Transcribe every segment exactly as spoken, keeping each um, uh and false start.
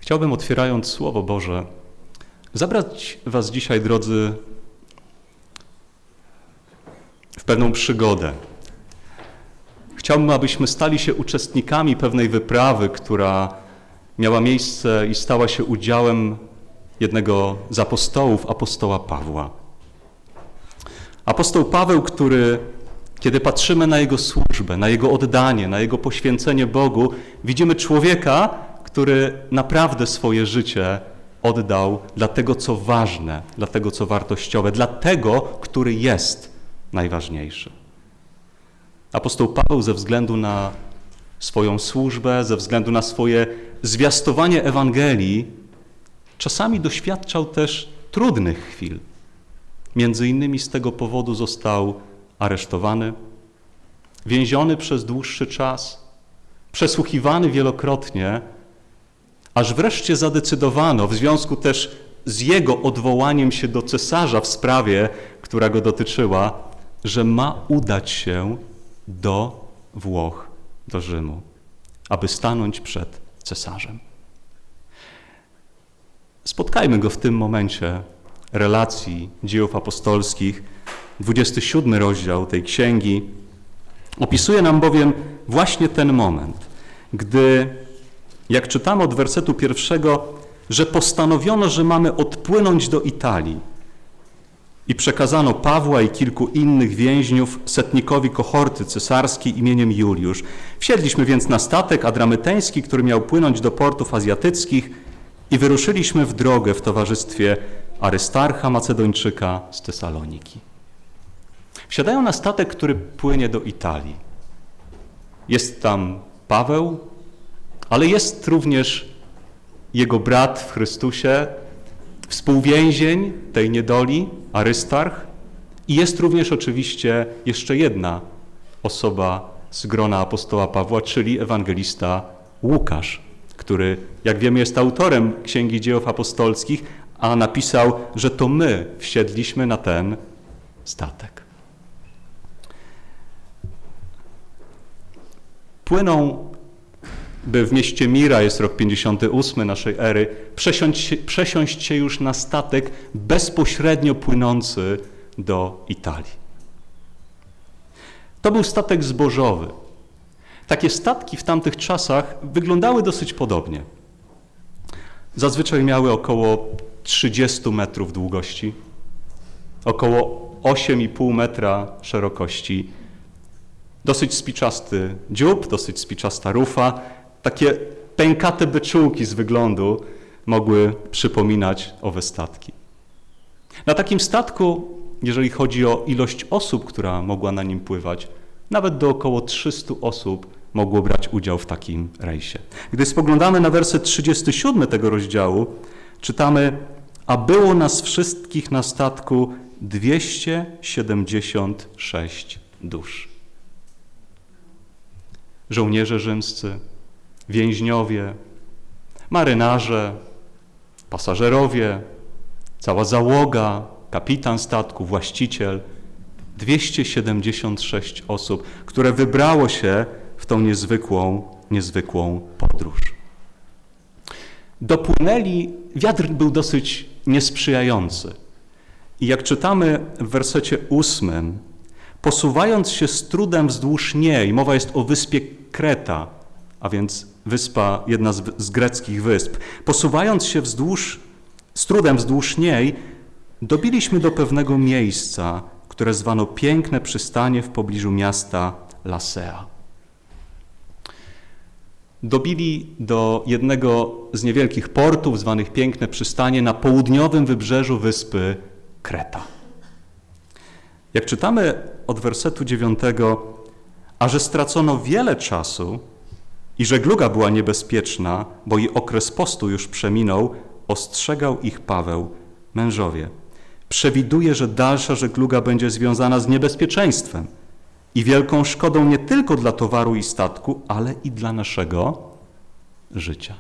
Chciałbym, otwierając Słowo Boże, zabrać was dzisiaj, drodzy, w pewną przygodę. Chciałbym, abyśmy stali się uczestnikami pewnej wyprawy, która miała miejsce i stała się udziałem jednego z apostołów, apostoła Pawła. Apostoł Paweł, który, kiedy patrzymy na jego służbę, na jego oddanie, na jego poświęcenie Bogu, widzimy człowieka, który naprawdę swoje życie oddał dla tego, co ważne, dla tego, co wartościowe, dla tego, który jest najważniejszy. Apostoł Paweł ze względu na swoją służbę, ze względu na swoje zwiastowanie Ewangelii, czasami doświadczał też trudnych chwil. Między innymi z tego powodu został aresztowany, więziony przez dłuższy czas, przesłuchiwany wielokrotnie, aż wreszcie zadecydowano, w związku też z jego odwołaniem się do cesarza w sprawie, która go dotyczyła, że ma udać się do Włoch, do Rzymu, aby stanąć przed cesarzem. Spotkajmy go w tym momencie relacji Dziejów Apostolskich. dwudziesty siódmy rozdział tej księgi opisuje nam bowiem właśnie ten moment, gdy, jak czytamy od wersetu pierwszego, że postanowiono, że mamy odpłynąć do Italii i przekazano Pawła i kilku innych więźniów setnikowi kohorty cesarskiej imieniem Juliusz. Wsiedliśmy więc na statek adramyteński, który miał płynąć do portów azjatyckich i wyruszyliśmy w drogę w towarzystwie Arystarcha Macedończyka z Tesaloniki. Wsiadają na statek, który płynie do Italii. Jest tam Paweł, ale jest również jego brat w Chrystusie, współwięzień tej niedoli, Arystarch, i jest również oczywiście jeszcze jedna osoba z grona apostoła Pawła, czyli ewangelista Łukasz, który, jak wiemy, jest autorem Księgi Dziejów Apostolskich, a napisał, że to my wsiedliśmy na ten statek. Płyną, by w mieście Mira, jest rok pięćdziesiąty ósmy naszej ery, przesiąść, przesiąść się już na statek bezpośrednio płynący do Italii. To był statek zbożowy. Takie statki w tamtych czasach wyglądały dosyć podobnie. Zazwyczaj miały około trzydzieści metrów długości, około osiem i pół metra szerokości, dosyć spiczasty dziób, dosyć spiczasta rufa. Takie pękate beczułki z wyglądu mogły przypominać owe statki. Na takim statku, jeżeli chodzi o ilość osób, która mogła na nim pływać, nawet do około trzystu osób mogło brać udział w takim rejsie. Gdy spoglądamy na werset trzydziesty siódmy tego rozdziału, czytamy: a było nas wszystkich na statku dwieście siedemdziesiąt sześć dusz. Żołnierze rzymscy, więźniowie, marynarze, pasażerowie, cała załoga, kapitan statku, właściciel, dwieście siedemdziesiąt sześć osób, które wybrało się w tą niezwykłą, niezwykłą podróż. Dopłynęli, wiatr był dosyć niesprzyjający. I jak czytamy w wersecie ósmym, posuwając się z trudem wzdłuż niej, mowa jest o wyspie Kreta, a więc wyspa, jedna z, z greckich wysp, posuwając się wzdłuż, z trudem wzdłuż niej, dobiliśmy do pewnego miejsca, które zwano Piękne Przystanie w pobliżu miasta Lasea. Dobili do jednego z niewielkich portów zwanych Piękne Przystanie na południowym wybrzeżu wyspy Kreta. Jak czytamy od wersetu dziewiątego, a że stracono wiele czasu i żegluga była niebezpieczna, bo i okres postu już przeminął, ostrzegał ich Paweł: mężowie, przewiduję, że dalsza żegluga będzie związana z niebezpieczeństwem i wielką szkodą nie tylko dla towaru i statku, ale i dla naszego życia.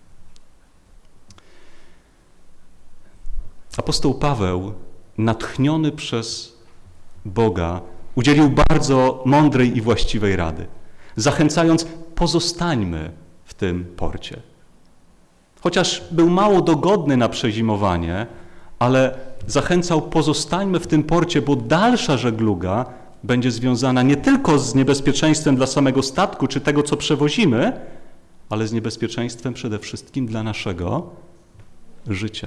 Apostoł Paweł, natchniony przez Boga, udzielił bardzo mądrej i właściwej rady, zachęcając: pozostańmy w tym porcie. Chociaż był mało dogodny na przezimowanie, ale zachęcał, pozostańmy w tym porcie, bo dalsza żegluga będzie związana nie tylko z niebezpieczeństwem dla samego statku czy tego, co przewozimy, ale z niebezpieczeństwem przede wszystkim dla naszego życia.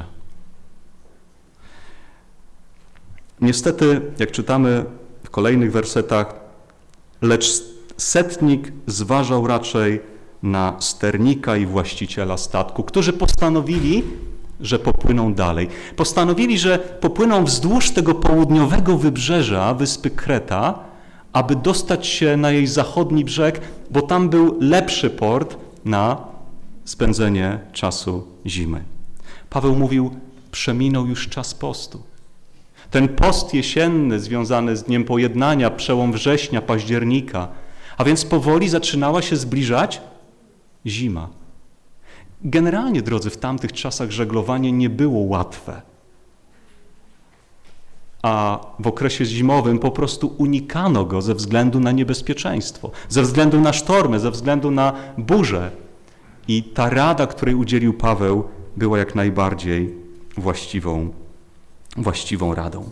Niestety, jak czytamy w kolejnych wersetach, lecz setnik zważał raczej na sternika i właściciela statku, którzy postanowili, że popłyną dalej. Postanowili, że popłyną wzdłuż tego południowego wybrzeża wyspy Kreta, aby dostać się na jej zachodni brzeg, bo tam był lepszy port na spędzenie czasu zimy. Paweł mówił, przeminął już czas postu. Ten post jesienny związany z Dniem Pojednania, przełom września, października, a więc powoli zaczynała się zbliżać zima. Generalnie, drodzy, w tamtych czasach żeglowanie nie było łatwe. A w okresie zimowym po prostu unikano go ze względu na niebezpieczeństwo, ze względu na sztormy, ze względu na burze. I ta rada, której udzielił Paweł, była jak najbardziej właściwą, właściwą radą.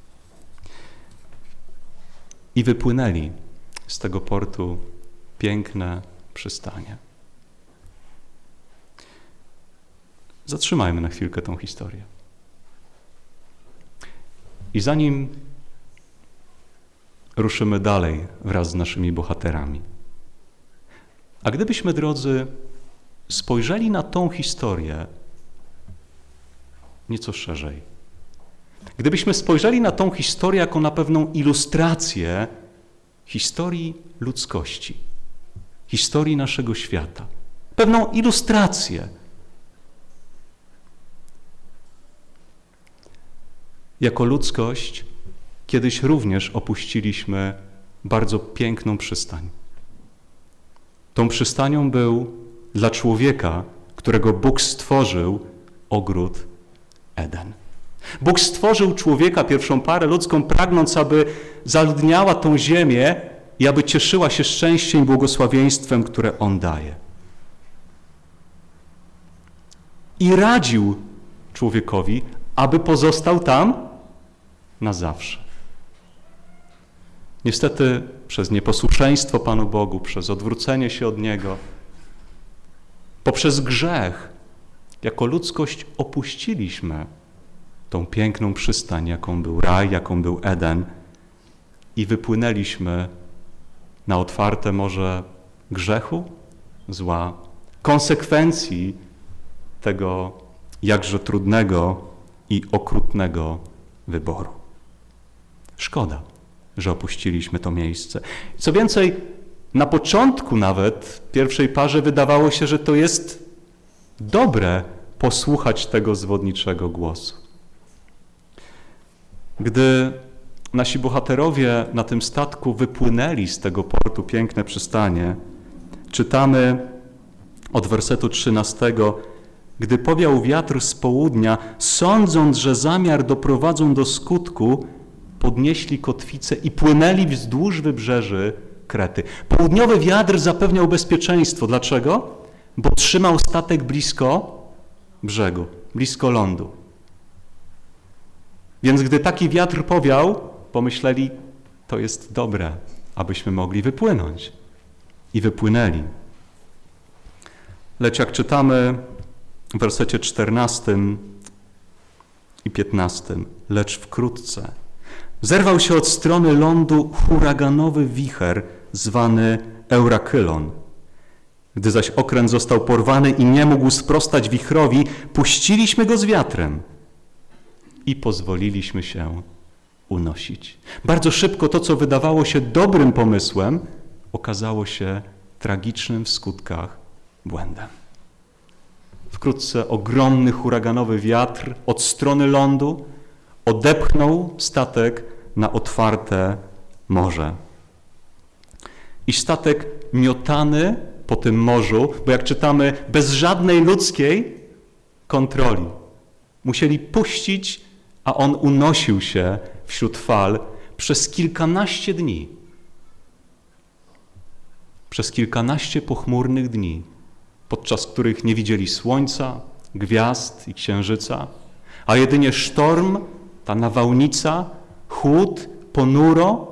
I wypłynęli z tego portu piękne przystanie. Zatrzymajmy na chwilkę tą historię. I zanim ruszymy dalej wraz z naszymi bohaterami, a gdybyśmy, drodzy, spojrzeli na tą historię nieco szerzej, gdybyśmy spojrzeli na tą historię jako na pewną ilustrację historii ludzkości, historii naszego świata, pewną ilustrację. Jako ludzkość kiedyś również opuściliśmy bardzo piękną przystań. Tą przystanią był dla człowieka, którego Bóg stworzył, ogród Eden. Bóg stworzył człowieka, pierwszą parę ludzką, pragnąc, aby zaludniała tą ziemię i aby cieszyła się szczęściem i błogosławieństwem, które On daje. I radził człowiekowi, aby pozostał tam na zawsze. Niestety przez nieposłuszeństwo Panu Bogu, przez odwrócenie się od Niego, poprzez grzech, jako ludzkość opuściliśmy tą piękną przystań, jaką był raj, jaką był Eden i wypłynęliśmy na otwarte morze grzechu, zła, konsekwencji tego jakże trudnego i okrutnego wyboru. Szkoda, że opuściliśmy to miejsce. Co więcej, na początku nawet w pierwszej parze wydawało się, że to jest dobre posłuchać tego zwodniczego głosu. Gdy nasi bohaterowie na tym statku wypłynęli z tego portu, piękne przystanie, czytamy od wersetu trzynastego: gdy powiał wiatr z południa, sądząc, że zamiar doprowadzą do skutku, podnieśli kotwicę i płynęli wzdłuż wybrzeży Krety. Południowy wiatr zapewniał bezpieczeństwo. Dlaczego? Bo trzymał statek blisko brzegu, blisko lądu. Więc gdy taki wiatr powiał, pomyśleli, to jest dobre, abyśmy mogli wypłynąć. I wypłynęli. Lecz jak czytamy w wersecie czternastym i piętnastym, lecz wkrótce zerwał się od strony lądu huraganowy wicher zwany Eurakylon. Gdy zaś okręt został porwany i nie mógł sprostać wichrowi, puściliśmy go z wiatrem i pozwoliliśmy się unosić. Bardzo szybko to, co wydawało się dobrym pomysłem, okazało się tragicznym w skutkach błędem. Wkrótce ogromny huraganowy wiatr od strony lądu odepchnął statek na otwarte morze. I statek miotany po tym morzu, bo jak czytamy, bez żadnej ludzkiej kontroli. Musieli puścić, a on unosił się wśród fal przez kilkanaście dni. Przez kilkanaście pochmurnych dni, podczas których nie widzieli słońca, gwiazd i księżyca, a jedynie sztorm, ta nawałnica, chłód, ponuro.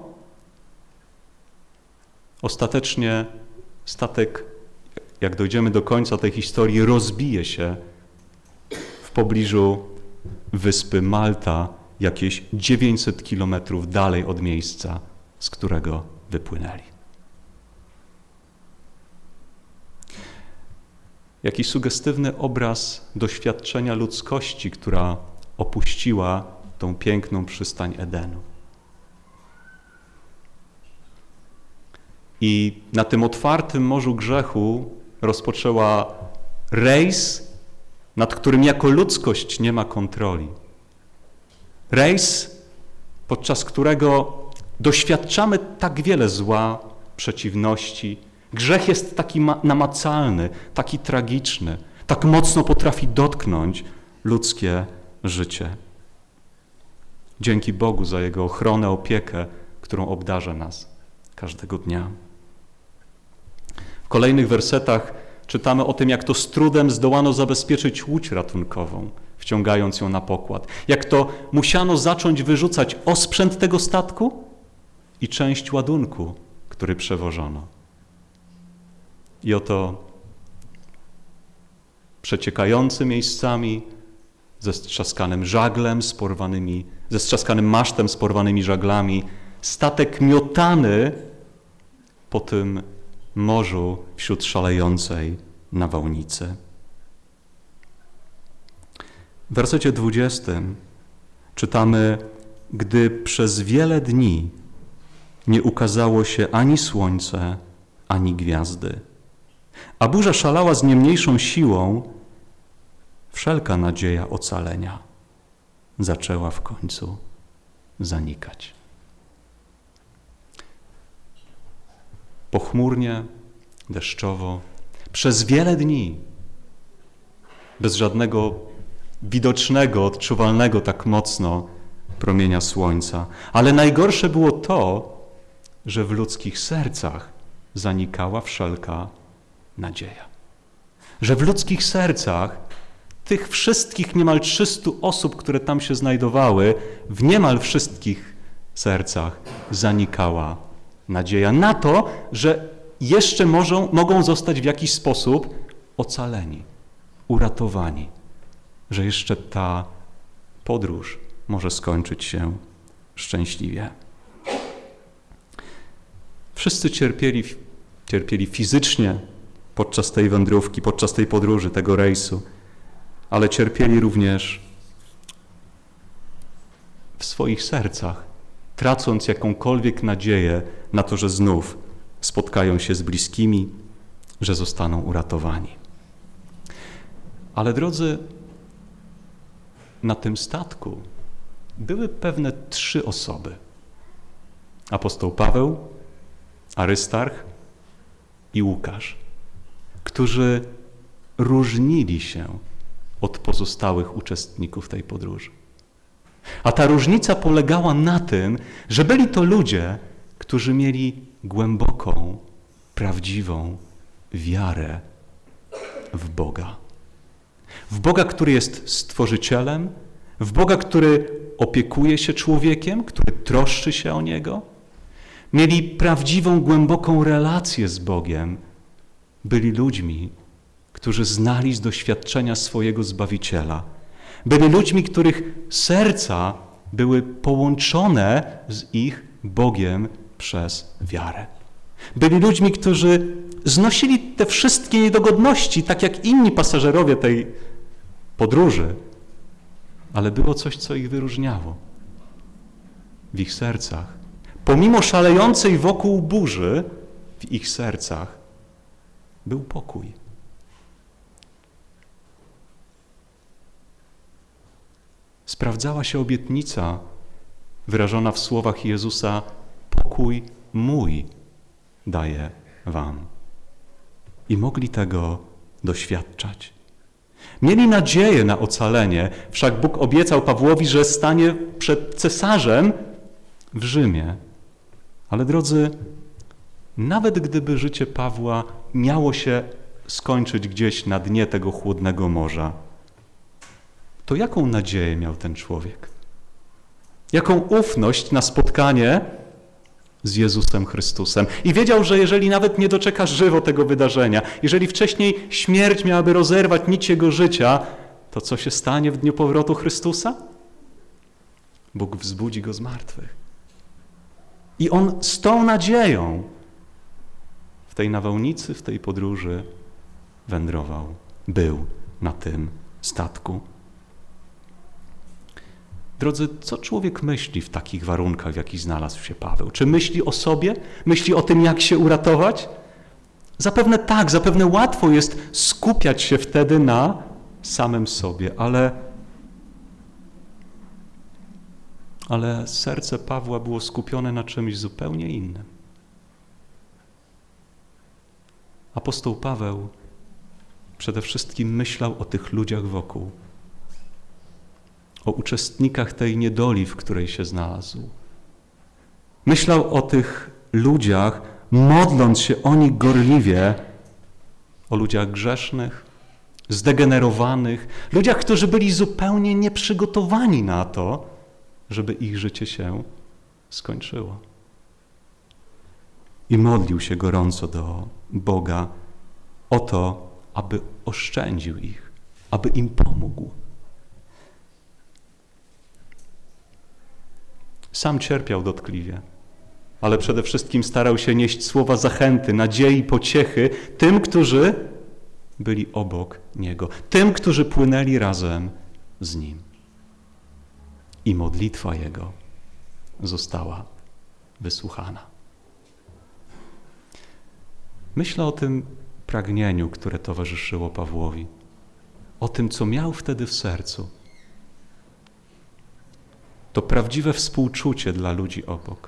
Ostatecznie statek, jak dojdziemy do końca tej historii, rozbije się w pobliżu wyspy Malta, jakieś dziewięćset kilometrów dalej od miejsca, z którego wypłynęli. Jaki sugestywny obraz doświadczenia ludzkości, która opuściła tą piękną przystań Edenu. I na tym otwartym morzu grzechu rozpoczęła rejs, nad którym jako ludzkość nie ma kontroli. Rejs, podczas którego doświadczamy tak wiele zła, przeciwności. Grzech jest taki namacalny, taki tragiczny, tak mocno potrafi dotknąć ludzkie życie. Dzięki Bogu za Jego ochronę, opiekę, którą obdarza nas każdego dnia. W kolejnych wersetach czytamy o tym, jak to z trudem zdołano zabezpieczyć łódź ratunkową, wciągając ją na pokład. Jak to musiano zacząć wyrzucać osprzęt tego statku i część ładunku, który przewożono. I oto przeciekający miejscami, ze strzaskanym żaglem, z porwanymi, ze strzaskanym masztem, z porwanymi żaglami, statek miotany po tym morzu wśród szalejącej nawałnicy. W wersecie dwudziestym czytamy: gdy przez wiele dni nie ukazało się ani słońce, ani gwiazdy, a burza szalała z nie mniejszą siłą, wszelka nadzieja ocalenia zaczęła w końcu zanikać. Pochmurnie, deszczowo, przez wiele dni, bez żadnego widocznego, odczuwalnego tak mocno promienia słońca. Ale najgorsze było to, że w ludzkich sercach zanikała wszelka nadzieja. Że w ludzkich sercach tych wszystkich niemal trzystu osób, które tam się znajdowały, w niemal wszystkich sercach zanikała nadzieja na to, że jeszcze możą, mogą zostać w jakiś sposób ocaleni, uratowani, że jeszcze ta podróż może skończyć się szczęśliwie. Wszyscy cierpieli, cierpieli fizycznie podczas tej wędrówki, podczas tej podróży, tego rejsu, ale cierpieli również w swoich sercach, tracąc jakąkolwiek nadzieję na to, że znów spotkają się z bliskimi, że zostaną uratowani. Ale drodzy, na tym statku były pewne trzy osoby. Apostoł Paweł, Arystarch i Łukasz, którzy różnili się od pozostałych uczestników tej podróży. A ta różnica polegała na tym, że byli to ludzie, którzy mieli głęboką, prawdziwą wiarę w Boga. W Boga, który jest Stworzycielem, w Boga, który opiekuje się człowiekiem, który troszczy się o niego. Mieli prawdziwą, głęboką relację z Bogiem. Byli ludźmi, którzy znali z doświadczenia swojego Zbawiciela. Byli ludźmi, których serca były połączone z ich Bogiem przez wiarę. Byli ludźmi, którzy znosili te wszystkie niedogodności, tak jak inni pasażerowie tej podróży, ale było coś, co ich wyróżniało. W ich sercach, pomimo szalejącej wokół burzy, w ich sercach był pokój. Sprawdzała się obietnica wyrażona w słowach Jezusa: pokój mój daję wam. I mogli tego doświadczać. Mieli nadzieję na ocalenie, wszak Bóg obiecał Pawłowi, że stanie przed cesarzem w Rzymie. Ale drodzy, nawet gdyby życie Pawła miało się skończyć gdzieś na dnie tego chłodnego morza, to jaką nadzieję miał ten człowiek? Jaką ufność na spotkanie z Jezusem Chrystusem? I wiedział, że jeżeli nawet nie doczeka żywo tego wydarzenia, jeżeli wcześniej śmierć miałaby rozerwać nić jego życia, to co się stanie w dniu powrotu Chrystusa? Bóg wzbudzi go z martwych. I on z tą nadzieją w tej nawałnicy, w tej podróży wędrował, był na tym statku. Drodzy, co człowiek myśli w takich warunkach, w jakich znalazł się Paweł? Czy myśli o sobie? Myśli o tym, jak się uratować? Zapewne tak, zapewne łatwo jest skupiać się wtedy na samym sobie, ale, ale serce Pawła było skupione na czymś zupełnie innym. Apostoł Paweł przede wszystkim myślał o tych ludziach wokół, o uczestnikach tej niedoli, w której się znalazł. Myślał o tych ludziach, modląc się o nich gorliwie, o ludziach grzesznych, zdegenerowanych, ludziach, którzy byli zupełnie nieprzygotowani na to, żeby ich życie się skończyło. I modlił się gorąco do Boga o to, aby oszczędził ich, aby im pomógł. Sam cierpiał dotkliwie, ale przede wszystkim starał się nieść słowa zachęty, nadziei, pociechy tym, którzy byli obok niego, tym, którzy płynęli razem z nim. I modlitwa jego została wysłuchana. Myślę o tym pragnieniu, które towarzyszyło Pawłowi, o tym, co miał wtedy w sercu. To prawdziwe współczucie dla ludzi obok.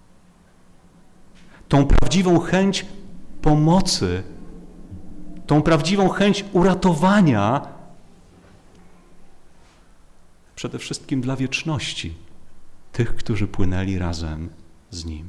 Tą prawdziwą chęć pomocy, tą prawdziwą chęć uratowania przede wszystkim dla wieczności tych, którzy płynęli razem z nim.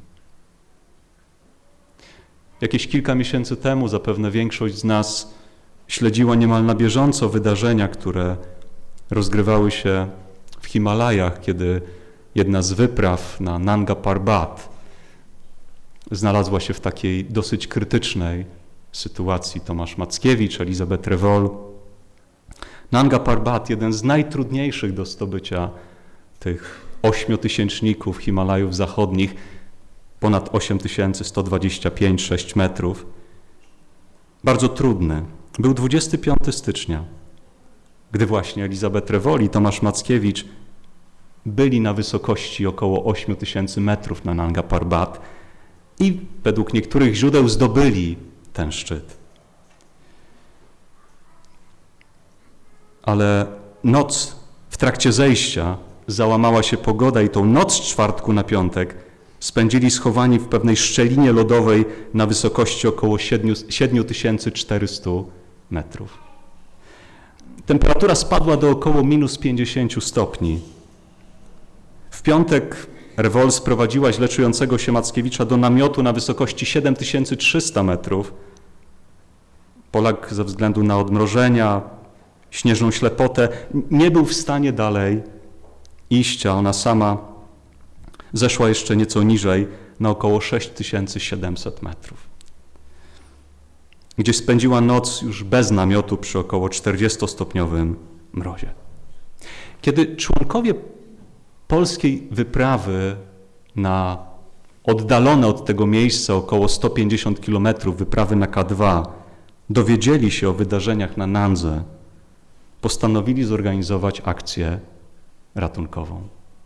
Jakieś kilka miesięcy temu zapewne większość z nas śledziła niemal na bieżąco wydarzenia, które rozgrywały się w Himalajach, kiedy jedna z wypraw na Nanga Parbat znalazła się w takiej dosyć krytycznej sytuacji. Tomasz Mackiewicz, Elizabeth Revol. Nanga Parbat, jeden z najtrudniejszych do zdobycia tych ośmiotysięczników Himalajów zachodnich, ponad osiem tysięcy sto dwadzieścia pięć przecinek sześć metrów. Bardzo trudny. Był dwudziestego piątego stycznia, gdy właśnie Elizabeth Revol i Tomasz Mackiewicz byli na wysokości około ośmiu tysięcy metrów na Nanga Parbat i według niektórych źródeł zdobyli ten szczyt. Ale noc w trakcie zejścia załamała się pogoda i tą noc z czwartku na piątek spędzili schowani w pewnej szczelinie lodowej na wysokości około siedem tysięcy czterysta metrów. Temperatura spadła do około minus pięćdziesiąt stopni. W piątek Revol sprowadziła źle czującego się Mackiewicza do namiotu na wysokości siedem tysięcy trzysta metrów. Polak ze względu na odmrożenia, śnieżną ślepotę nie był w stanie dalej iść, a ona sama zeszła jeszcze nieco niżej na około sześć tysięcy siedemset metrów, gdzie spędziła noc już bez namiotu przy około czterdziestostopniowym mrozie. Kiedy członkowie polskiej wyprawy na oddalone od tego miejsca około sto pięćdziesiąt kilometrów wyprawy na K dwa dowiedzieli się o wydarzeniach na Nandze, postanowili zorganizować akcję ratunkową.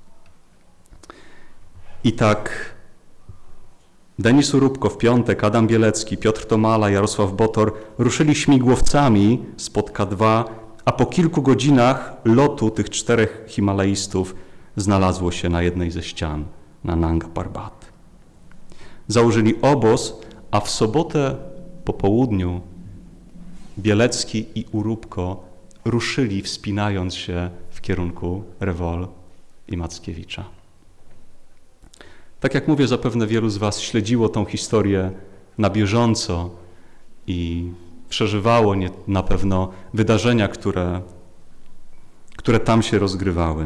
I tak Denis Urubko w piątek, Adam Bielecki, Piotr Tomala, Jarosław Botor ruszyli śmigłowcami spod K dwa, a po kilku godzinach lotu tych czterech himalaistów znalazło się na jednej ze ścian na Nanga Parbat. Założyli obóz, a w sobotę po południu Bielecki i Urubko ruszyli, wspinając się w kierunku Revol i Mackiewicza. Tak jak mówię, zapewne wielu z was śledziło tą historię na bieżąco i przeżywało nie, na pewno wydarzenia, które, które tam się rozgrywały.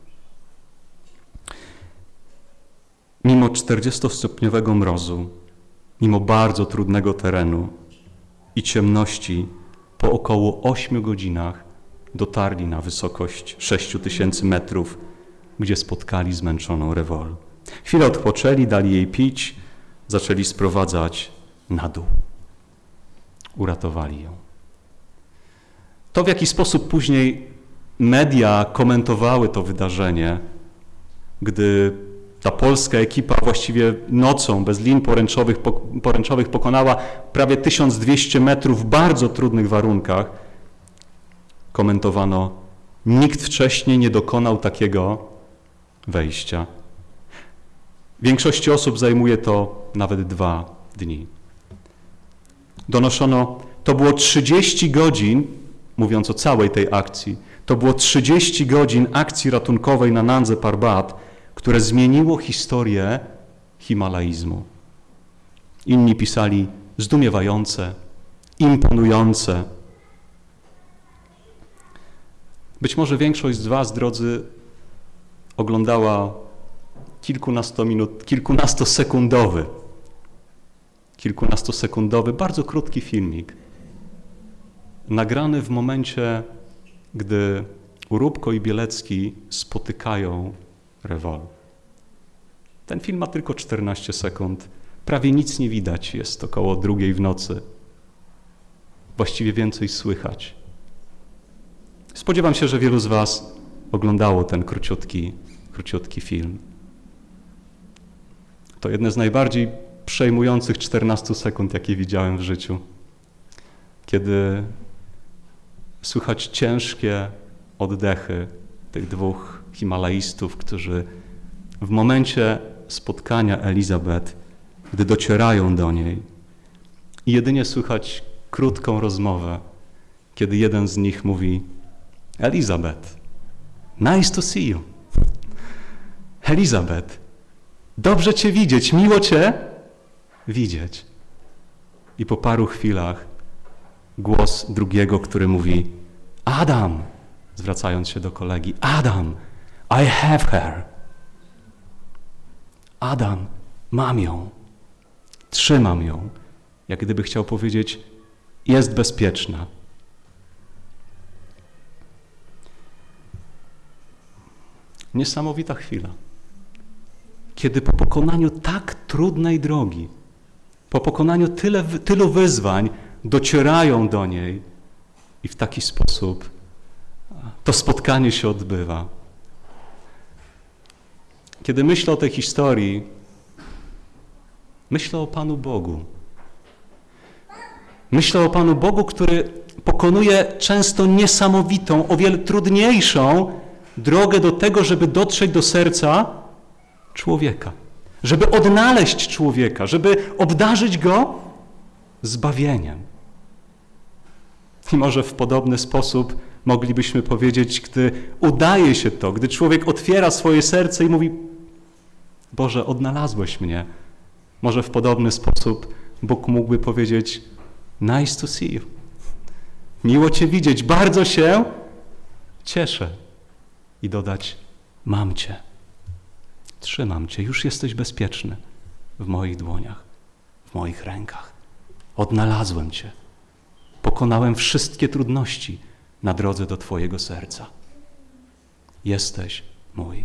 Mimo czterdziestostopniowego mrozu, mimo bardzo trudnego terenu i ciemności, po około ośmiu godzinach dotarli na wysokość sześciu tysięcy metrów, gdzie spotkali zmęczoną Rewol. Chwilę odpoczęli, dali jej pić, zaczęli sprowadzać na dół. Uratowali ją. To, w jaki sposób później media komentowały to wydarzenie, gdy ta polska ekipa właściwie nocą, bez lin poręczowych, poręczowych pokonała prawie tysiąc dwieście metrów w bardzo trudnych warunkach, komentowano: nikt wcześniej nie dokonał takiego wejścia. Większości osób zajmuje to nawet dwa dni. Donoszono, to było trzydzieści godzin, mówiąc o całej tej akcji, to było trzydzieści godzin akcji ratunkowej na Nandze Parbat, które zmieniło historię himalaizmu. Inni pisali zdumiewające, imponujące. Być może większość z was, drodzy, oglądała kilkunastominut, kilkunastosekundowy, kilkunastosekundowy, bardzo krótki filmik, nagrany w momencie, gdy Uróbko i Bielecki spotykają Rewol. Ten film ma tylko czternaście sekund. Prawie nic nie widać. Jest około drugiej w nocy. Właściwie więcej słychać. Spodziewam się, że wielu z was oglądało ten króciutki, króciutki film. To jedne z najbardziej przejmujących czternastu sekund, jakie widziałem w życiu. Kiedy słychać ciężkie oddechy tych dwóch himalaistów, którzy w momencie spotkania Elizabeth, gdy docierają do niej, i jedynie słychać krótką rozmowę, kiedy jeden z nich mówi: Elizabeth, nice to see you. Elizabeth, dobrze cię widzieć, miło cię widzieć. I po paru chwilach głos drugiego, który mówi: Adam, zwracając się do kolegi, Adam, I have her. Adam, mam ją, trzymam ją, jak gdyby chciał powiedzieć: jest bezpieczna. Niesamowita chwila, kiedy po pokonaniu tak trudnej drogi, po pokonaniu tyle, tylu wyzwań, docierają do niej i w taki sposób to spotkanie się odbywa. Kiedy myślę o tej historii, myślę o Panu Bogu. Myślę o Panu Bogu, który pokonuje często niesamowitą, o wiele trudniejszą drogę do tego, żeby dotrzeć do serca człowieka, żeby odnaleźć człowieka, żeby obdarzyć go zbawieniem. I może w podobny sposób moglibyśmy powiedzieć, gdy udaje się to, gdy człowiek otwiera swoje serce i mówi: Boże, odnalazłeś mnie. Może w podobny sposób Bóg mógłby powiedzieć: nice to see you. Miło cię widzieć, bardzo się cieszę. I dodać: mam cię, trzymam cię, już jesteś bezpieczny w moich dłoniach, w moich rękach. Odnalazłem cię. Pokonałem wszystkie trudności na drodze do twojego serca. Jesteś mój.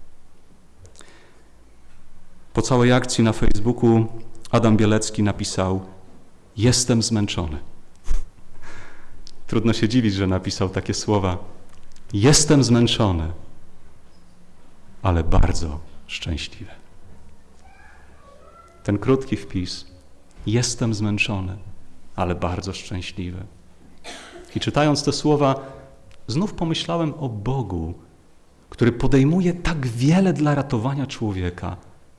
Po całej akcji na Facebooku Adam Bielecki napisał: jestem zmęczony. Trudno się dziwić, że napisał takie słowa. Jestem zmęczony, ale bardzo szczęśliwy. Ten krótki wpis. Jestem zmęczony, ale bardzo szczęśliwy. I czytając te słowa, znów pomyślałem o Bogu, który podejmuje tak wiele dla ratowania człowieka.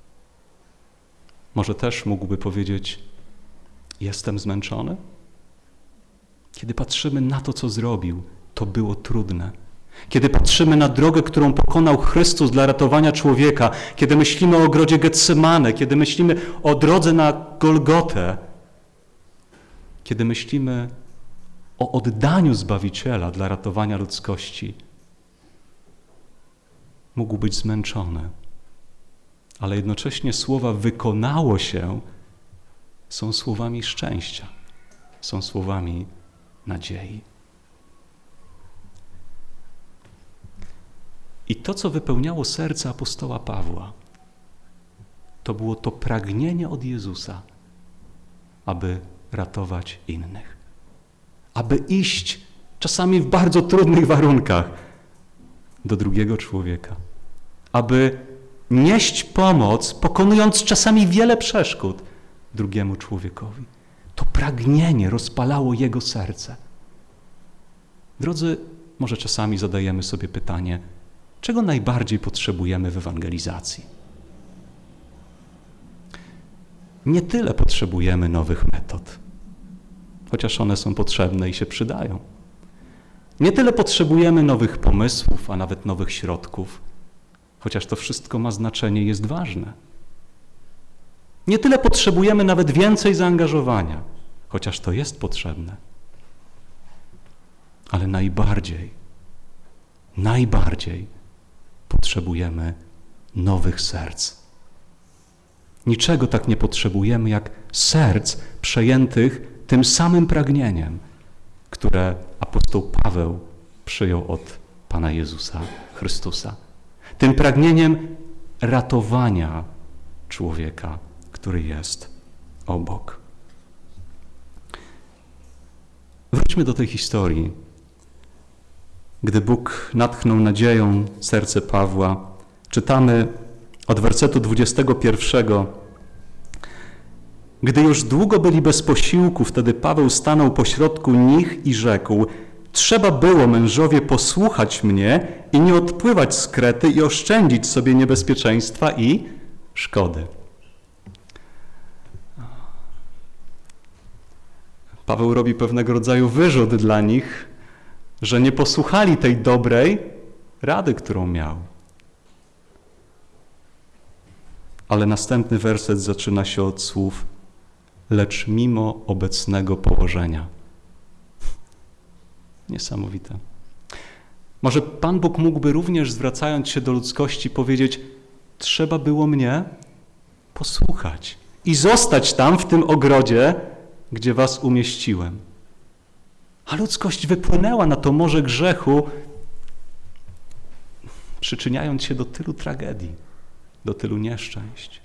Może też mógłby powiedzieć: jestem zmęczony? Kiedy patrzymy na to, co zrobił, to było trudne. Kiedy patrzymy na drogę, którą pokonał Chrystus dla ratowania człowieka, kiedy myślimy o ogrodzie Getsemane, kiedy myślimy o drodze na Golgotę, kiedy myślimy o oddaniu Zbawiciela dla ratowania ludzkości, mógł być zmęczony, ale jednocześnie słowa wykonało się są słowami szczęścia, są słowami nadziei. I to, co wypełniało serce apostoła Pawła, to było to pragnienie od Jezusa, aby ratować innych, aby iść czasami w bardzo trudnych warunkach do drugiego człowieka, aby nieść pomoc, pokonując czasami wiele przeszkód drugiemu człowiekowi. To pragnienie rozpalało jego serce. Drodzy, może czasami zadajemy sobie pytanie, czego najbardziej potrzebujemy w ewangelizacji? Nie tyle potrzebujemy nowych metod, chociaż one są potrzebne i się przydają. Nie tyle potrzebujemy nowych pomysłów, a nawet nowych środków, chociaż to wszystko ma znaczenie i jest ważne. Nie tyle potrzebujemy nawet więcej zaangażowania, chociaż to jest potrzebne. Ale najbardziej, najbardziej potrzebujemy nowych serc. Niczego tak nie potrzebujemy, jak serc przejętych tym samym pragnieniem, które apostoł Paweł przyjął od Pana Jezusa Chrystusa. Tym pragnieniem ratowania człowieka, który jest obok. Wróćmy do tej historii. Gdy Bóg natchnął nadzieją serce Pawła, czytamy od wersetu dwudziestego pierwszego. Gdy już długo byli bez posiłku, wtedy Paweł stanął pośrodku nich i rzekł: trzeba było, mężowie, posłuchać mnie i nie odpływać z Krety i oszczędzić sobie niebezpieczeństwa i szkody. Paweł robi pewnego rodzaju wyrzut dla nich, że nie posłuchali tej dobrej rady, którą miał. Ale następny werset zaczyna się od słów: lecz mimo obecnego położenia. Niesamowite. Może Pan Bóg mógłby również, zwracając się do ludzkości, powiedzieć: trzeba było mnie posłuchać i zostać tam, w tym ogrodzie, gdzie was umieściłem. A ludzkość wypłynęła na to morze grzechu, przyczyniając się do tylu tragedii, do tylu nieszczęść.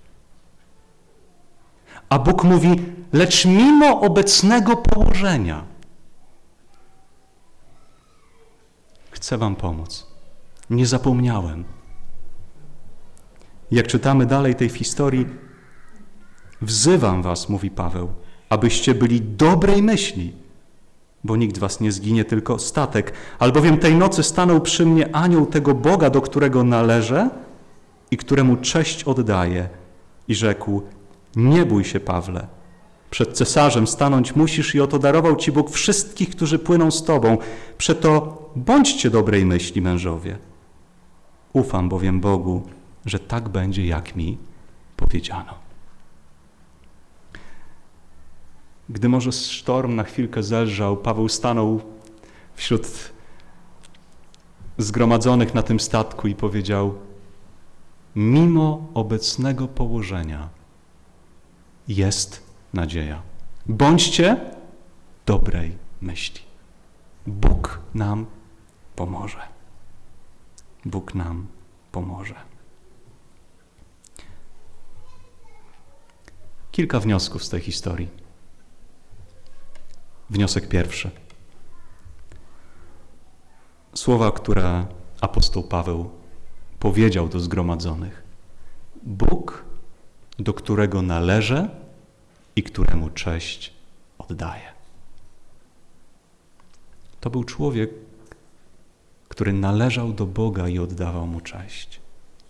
A Bóg mówi: lecz mimo obecnego położenia chcę wam pomóc. Nie zapomniałem. Jak czytamy dalej tej historii, wzywam was, mówi Paweł, abyście byli dobrej myśli, bo nikt was nie zginie, tylko statek. Albowiem tej nocy stanął przy mnie anioł tego Boga, do którego należę i któremu cześć oddaję. I rzekł: nie bój się, Pawle, przed cesarzem stanąć musisz i oto darował ci Bóg wszystkich, którzy płyną z tobą. Przeto bądźcie dobrej myśli, mężowie. Ufam bowiem Bogu, że tak będzie, jak mi powiedziano. Gdy może sztorm na chwilkę zelżał, Paweł stanął wśród zgromadzonych na tym statku i powiedział: mimo obecnego położenia jest nadzieja. Bądźcie dobrej myśli. Bóg nam pomoże. Bóg nam pomoże. Kilka wniosków z tej historii. Wniosek pierwszy. Słowa, które apostoł Paweł powiedział do zgromadzonych. Bóg, do którego należę i któremu cześć oddaję. To był człowiek, który należał do Boga i oddawał mu cześć.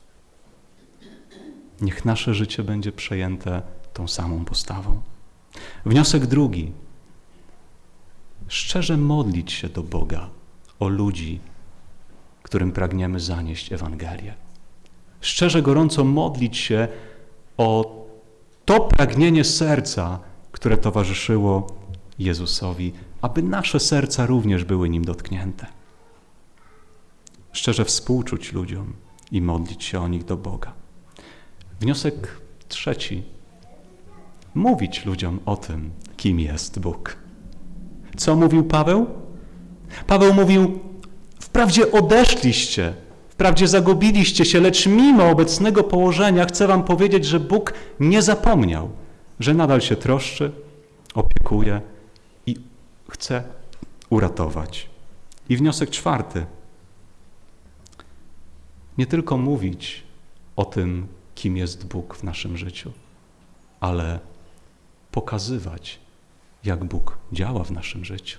Niech nasze życie będzie przejęte tą samą postawą. Wniosek drugi. Szczerze modlić się do Boga o ludzi, którym pragniemy zanieść Ewangelię. Szczerze, gorąco modlić się o to pragnienie serca, które towarzyszyło Jezusowi, aby nasze serca również były nim dotknięte. Szczerze współczuć ludziom, i modlić się o nich do Boga. Wniosek trzeci. Mówić ludziom o tym, kim jest Bóg. Co mówił Paweł? Paweł mówił, wprawdzie odeszliście, wprawdzie zagubiliście się, lecz mimo obecnego położenia chcę wam powiedzieć, że Bóg nie zapomniał, że nadal się troszczy, opiekuje i chce uratować. I wniosek czwarty. Nie tylko mówić o tym, kim jest Bóg w naszym życiu, ale pokazywać, jak Bóg działa w naszym życiu.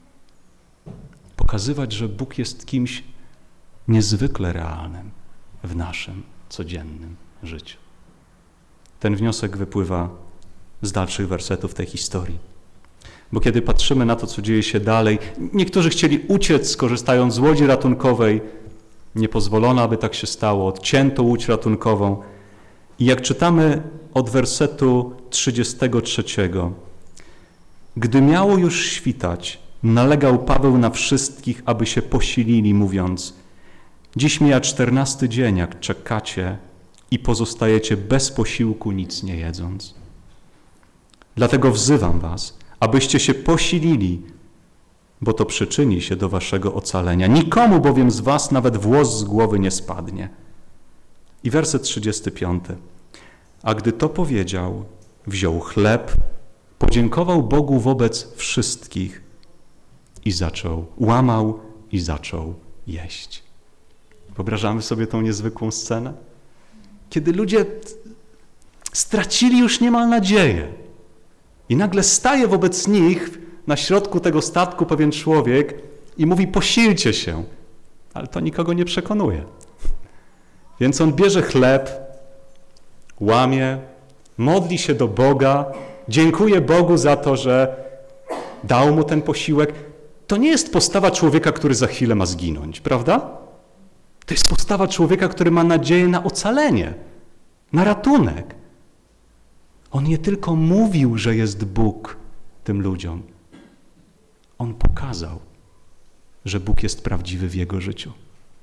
Pokazywać, że Bóg jest kimś niezwykle realnym w naszym codziennym życiu. Ten wniosek wypływa z dalszych wersetów tej historii. Bo kiedy patrzymy na to, co dzieje się dalej, niektórzy chcieli uciec, korzystając z łodzi ratunkowej. Nie pozwolono, aby tak się stało. Odcięto łódź ratunkową. I jak czytamy od wersetu trzydziestego trzeciego. Gdy miało już świtać, nalegał Paweł na wszystkich, aby się posilili, mówiąc: dziś mija czternasty dzień, jak czekacie i pozostajecie bez posiłku, nic nie jedząc. Dlatego wzywam was, abyście się posilili, bo to przyczyni się do waszego ocalenia. Nikomu bowiem z was nawet włos z głowy nie spadnie. I werset trzydziesty piąty. A gdy to powiedział, wziął chleb, podziękował Bogu wobec wszystkich i zaczął, łamał i zaczął jeść. Wyobrażamy sobie tą niezwykłą scenę? Kiedy ludzie stracili już niemal nadzieję i nagle staje wobec nich na środku tego statku pewien człowiek i mówi: posilcie się, ale to nikogo nie przekonuje. Więc on bierze chleb, łamie, modli się do Boga, dziękuję Bogu za to, że dał mu ten posiłek. To nie jest postawa człowieka, który za chwilę ma zginąć, prawda? To jest postawa człowieka, który ma nadzieję na ocalenie, na ratunek. On nie tylko mówił, że jest Bóg tym ludziom. On pokazał, że Bóg jest prawdziwy w jego życiu.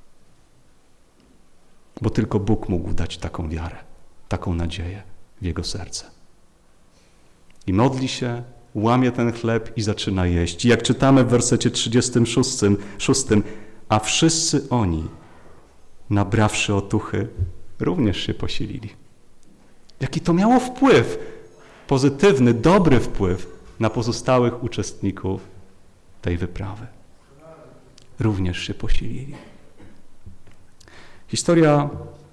Bo tylko Bóg mógł dać taką wiarę, taką nadzieję w jego serce. I modli się, łamie ten chleb i zaczyna jeść. I jak czytamy w wersecie trzydziestym szóstym, a wszyscy oni, nabrawszy otuchy, również się posilili. Jaki to miało wpływ, pozytywny, dobry wpływ na pozostałych uczestników tej wyprawy. Również się posilili. Historia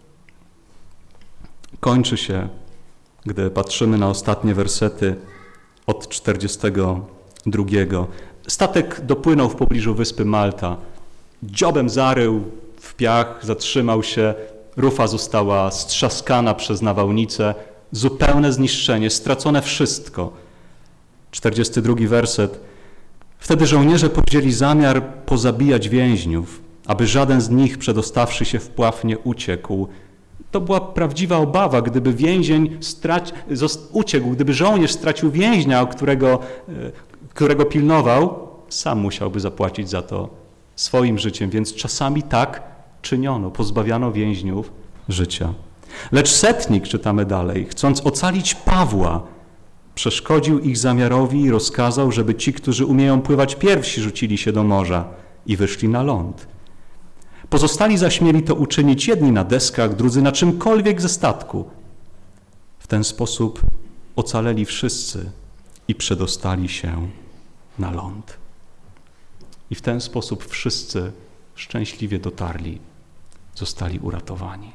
kończy się, gdy patrzymy na ostatnie wersety od czterdziestego drugiego. Statek dopłynął w pobliżu wyspy Malta. Dziobem zarył w piach, zatrzymał się. Rufa została strzaskana przez nawałnicę. Zupełne zniszczenie, stracone wszystko. czterdziesty drugi werset. Wtedy żołnierze powzięli zamiar pozabijać więźniów, aby żaden z nich, przedostawszy się w pław, nie uciekł. To była prawdziwa obawa, gdyby więzień straci, uciekł, gdyby żołnierz stracił więźnia, którego, którego pilnował, sam musiałby zapłacić za to swoim życiem, więc czasami tak czyniono, pozbawiano więźniów życia. Lecz setnik, czytamy dalej, chcąc ocalić Pawła, przeszkodził ich zamiarowi i rozkazał, żeby ci, którzy umieją pływać pierwsi, rzucili się do morza i wyszli na ląd. Pozostali zaś mieli to uczynić jedni na deskach, drudzy na czymkolwiek ze statku. W ten sposób ocaleli wszyscy i przedostali się na ląd. I w ten sposób wszyscy szczęśliwie dotarli, zostali uratowani.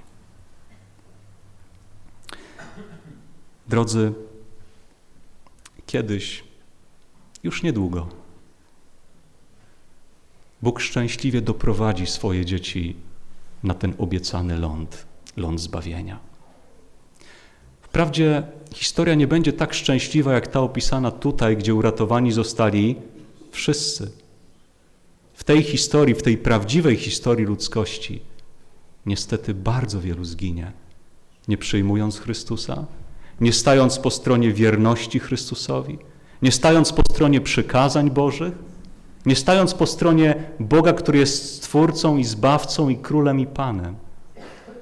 Drodzy, kiedyś, już niedługo, Bóg szczęśliwie doprowadzi swoje dzieci na ten obiecany ląd, ląd zbawienia. Wprawdzie historia nie będzie tak szczęśliwa, jak ta opisana tutaj, gdzie uratowani zostali wszyscy. W tej historii, w tej prawdziwej historii ludzkości, niestety bardzo wielu zginie, nie przyjmując Chrystusa, nie stając po stronie wierności Chrystusowi, nie stając po stronie przykazań Bożych, nie stając po stronie Boga, który jest Stwórcą i Zbawcą i Królem i Panem.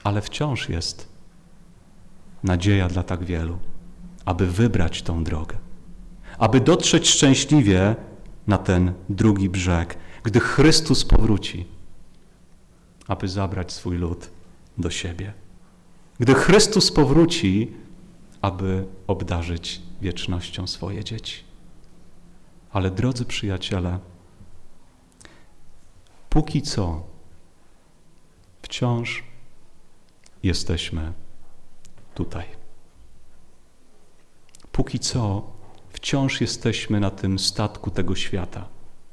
ale wciąż jest nadzieja dla tak wielu, aby wybrać tą drogę, aby dotrzeć szczęśliwie na ten drugi brzeg, gdy Chrystus powróci, aby zabrać swój lud do siebie. Gdy Chrystus powróci, aby obdarzyć wiecznością swoje dzieci. Ale drodzy przyjaciele, póki co wciąż jesteśmy tutaj. Póki co wciąż jesteśmy na tym statku tego świata,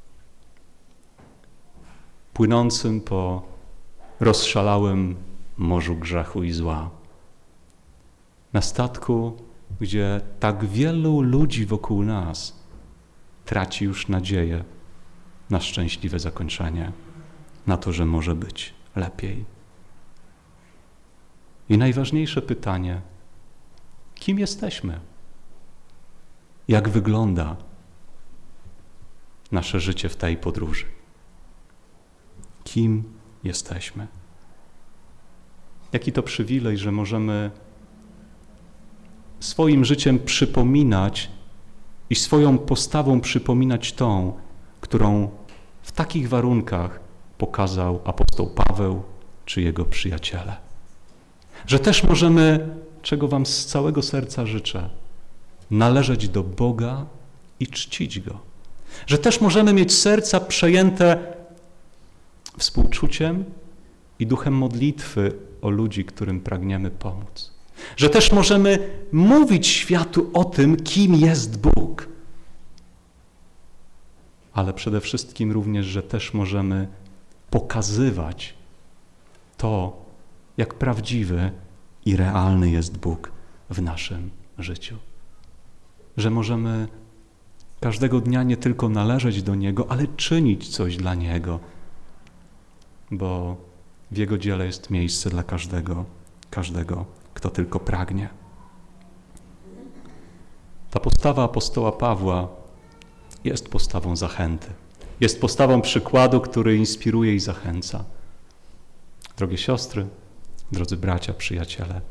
płynącym po rozszalałym morzu grzechu i zła. Na statku, gdzie tak wielu ludzi wokół nas traci już nadzieję na szczęśliwe zakończenie, na to, że może być lepiej. I najważniejsze pytanie, kim jesteśmy? Jak wygląda nasze życie w tej podróży? Kim jesteśmy? Jaki to przywilej, że możemy swoim życiem przypominać i swoją postawą przypominać tą, którą w takich warunkach pokazał apostoł Paweł czy jego przyjaciele. Że też możemy, czego wam z całego serca życzę, należeć do Boga i czcić Go. Że też możemy mieć serca przejęte współczuciem i duchem modlitwy o ludzi, którym pragniemy pomóc. Że też możemy mówić światu o tym, kim jest Bóg. Ale przede wszystkim również, że też możemy pokazywać to, jak prawdziwy i realny jest Bóg w naszym życiu. Że możemy każdego dnia nie tylko należeć do Niego, ale czynić coś dla Niego, bo w Jego dziele jest miejsce dla każdego, każdego, kto tylko pragnie. Ta postawa apostoła Pawła jest postawą zachęty. Jest postawą przykładu, który inspiruje i zachęca. Drogie siostry, drodzy bracia, przyjaciele,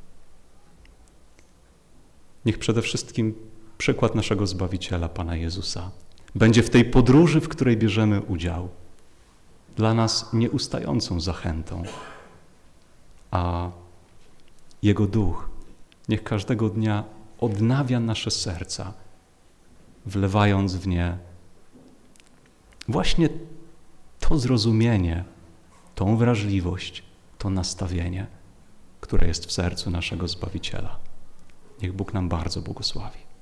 niech przede wszystkim przykład naszego Zbawiciela, Pana Jezusa, będzie w tej podróży, w której bierzemy udział, dla nas nieustającą zachętą, a Jego Duch niech każdego dnia odnawia nasze serca, wlewając w nie właśnie to zrozumienie, tą wrażliwość, to nastawienie, które jest w sercu naszego Zbawiciela. Niech Bóg nam bardzo błogosławi.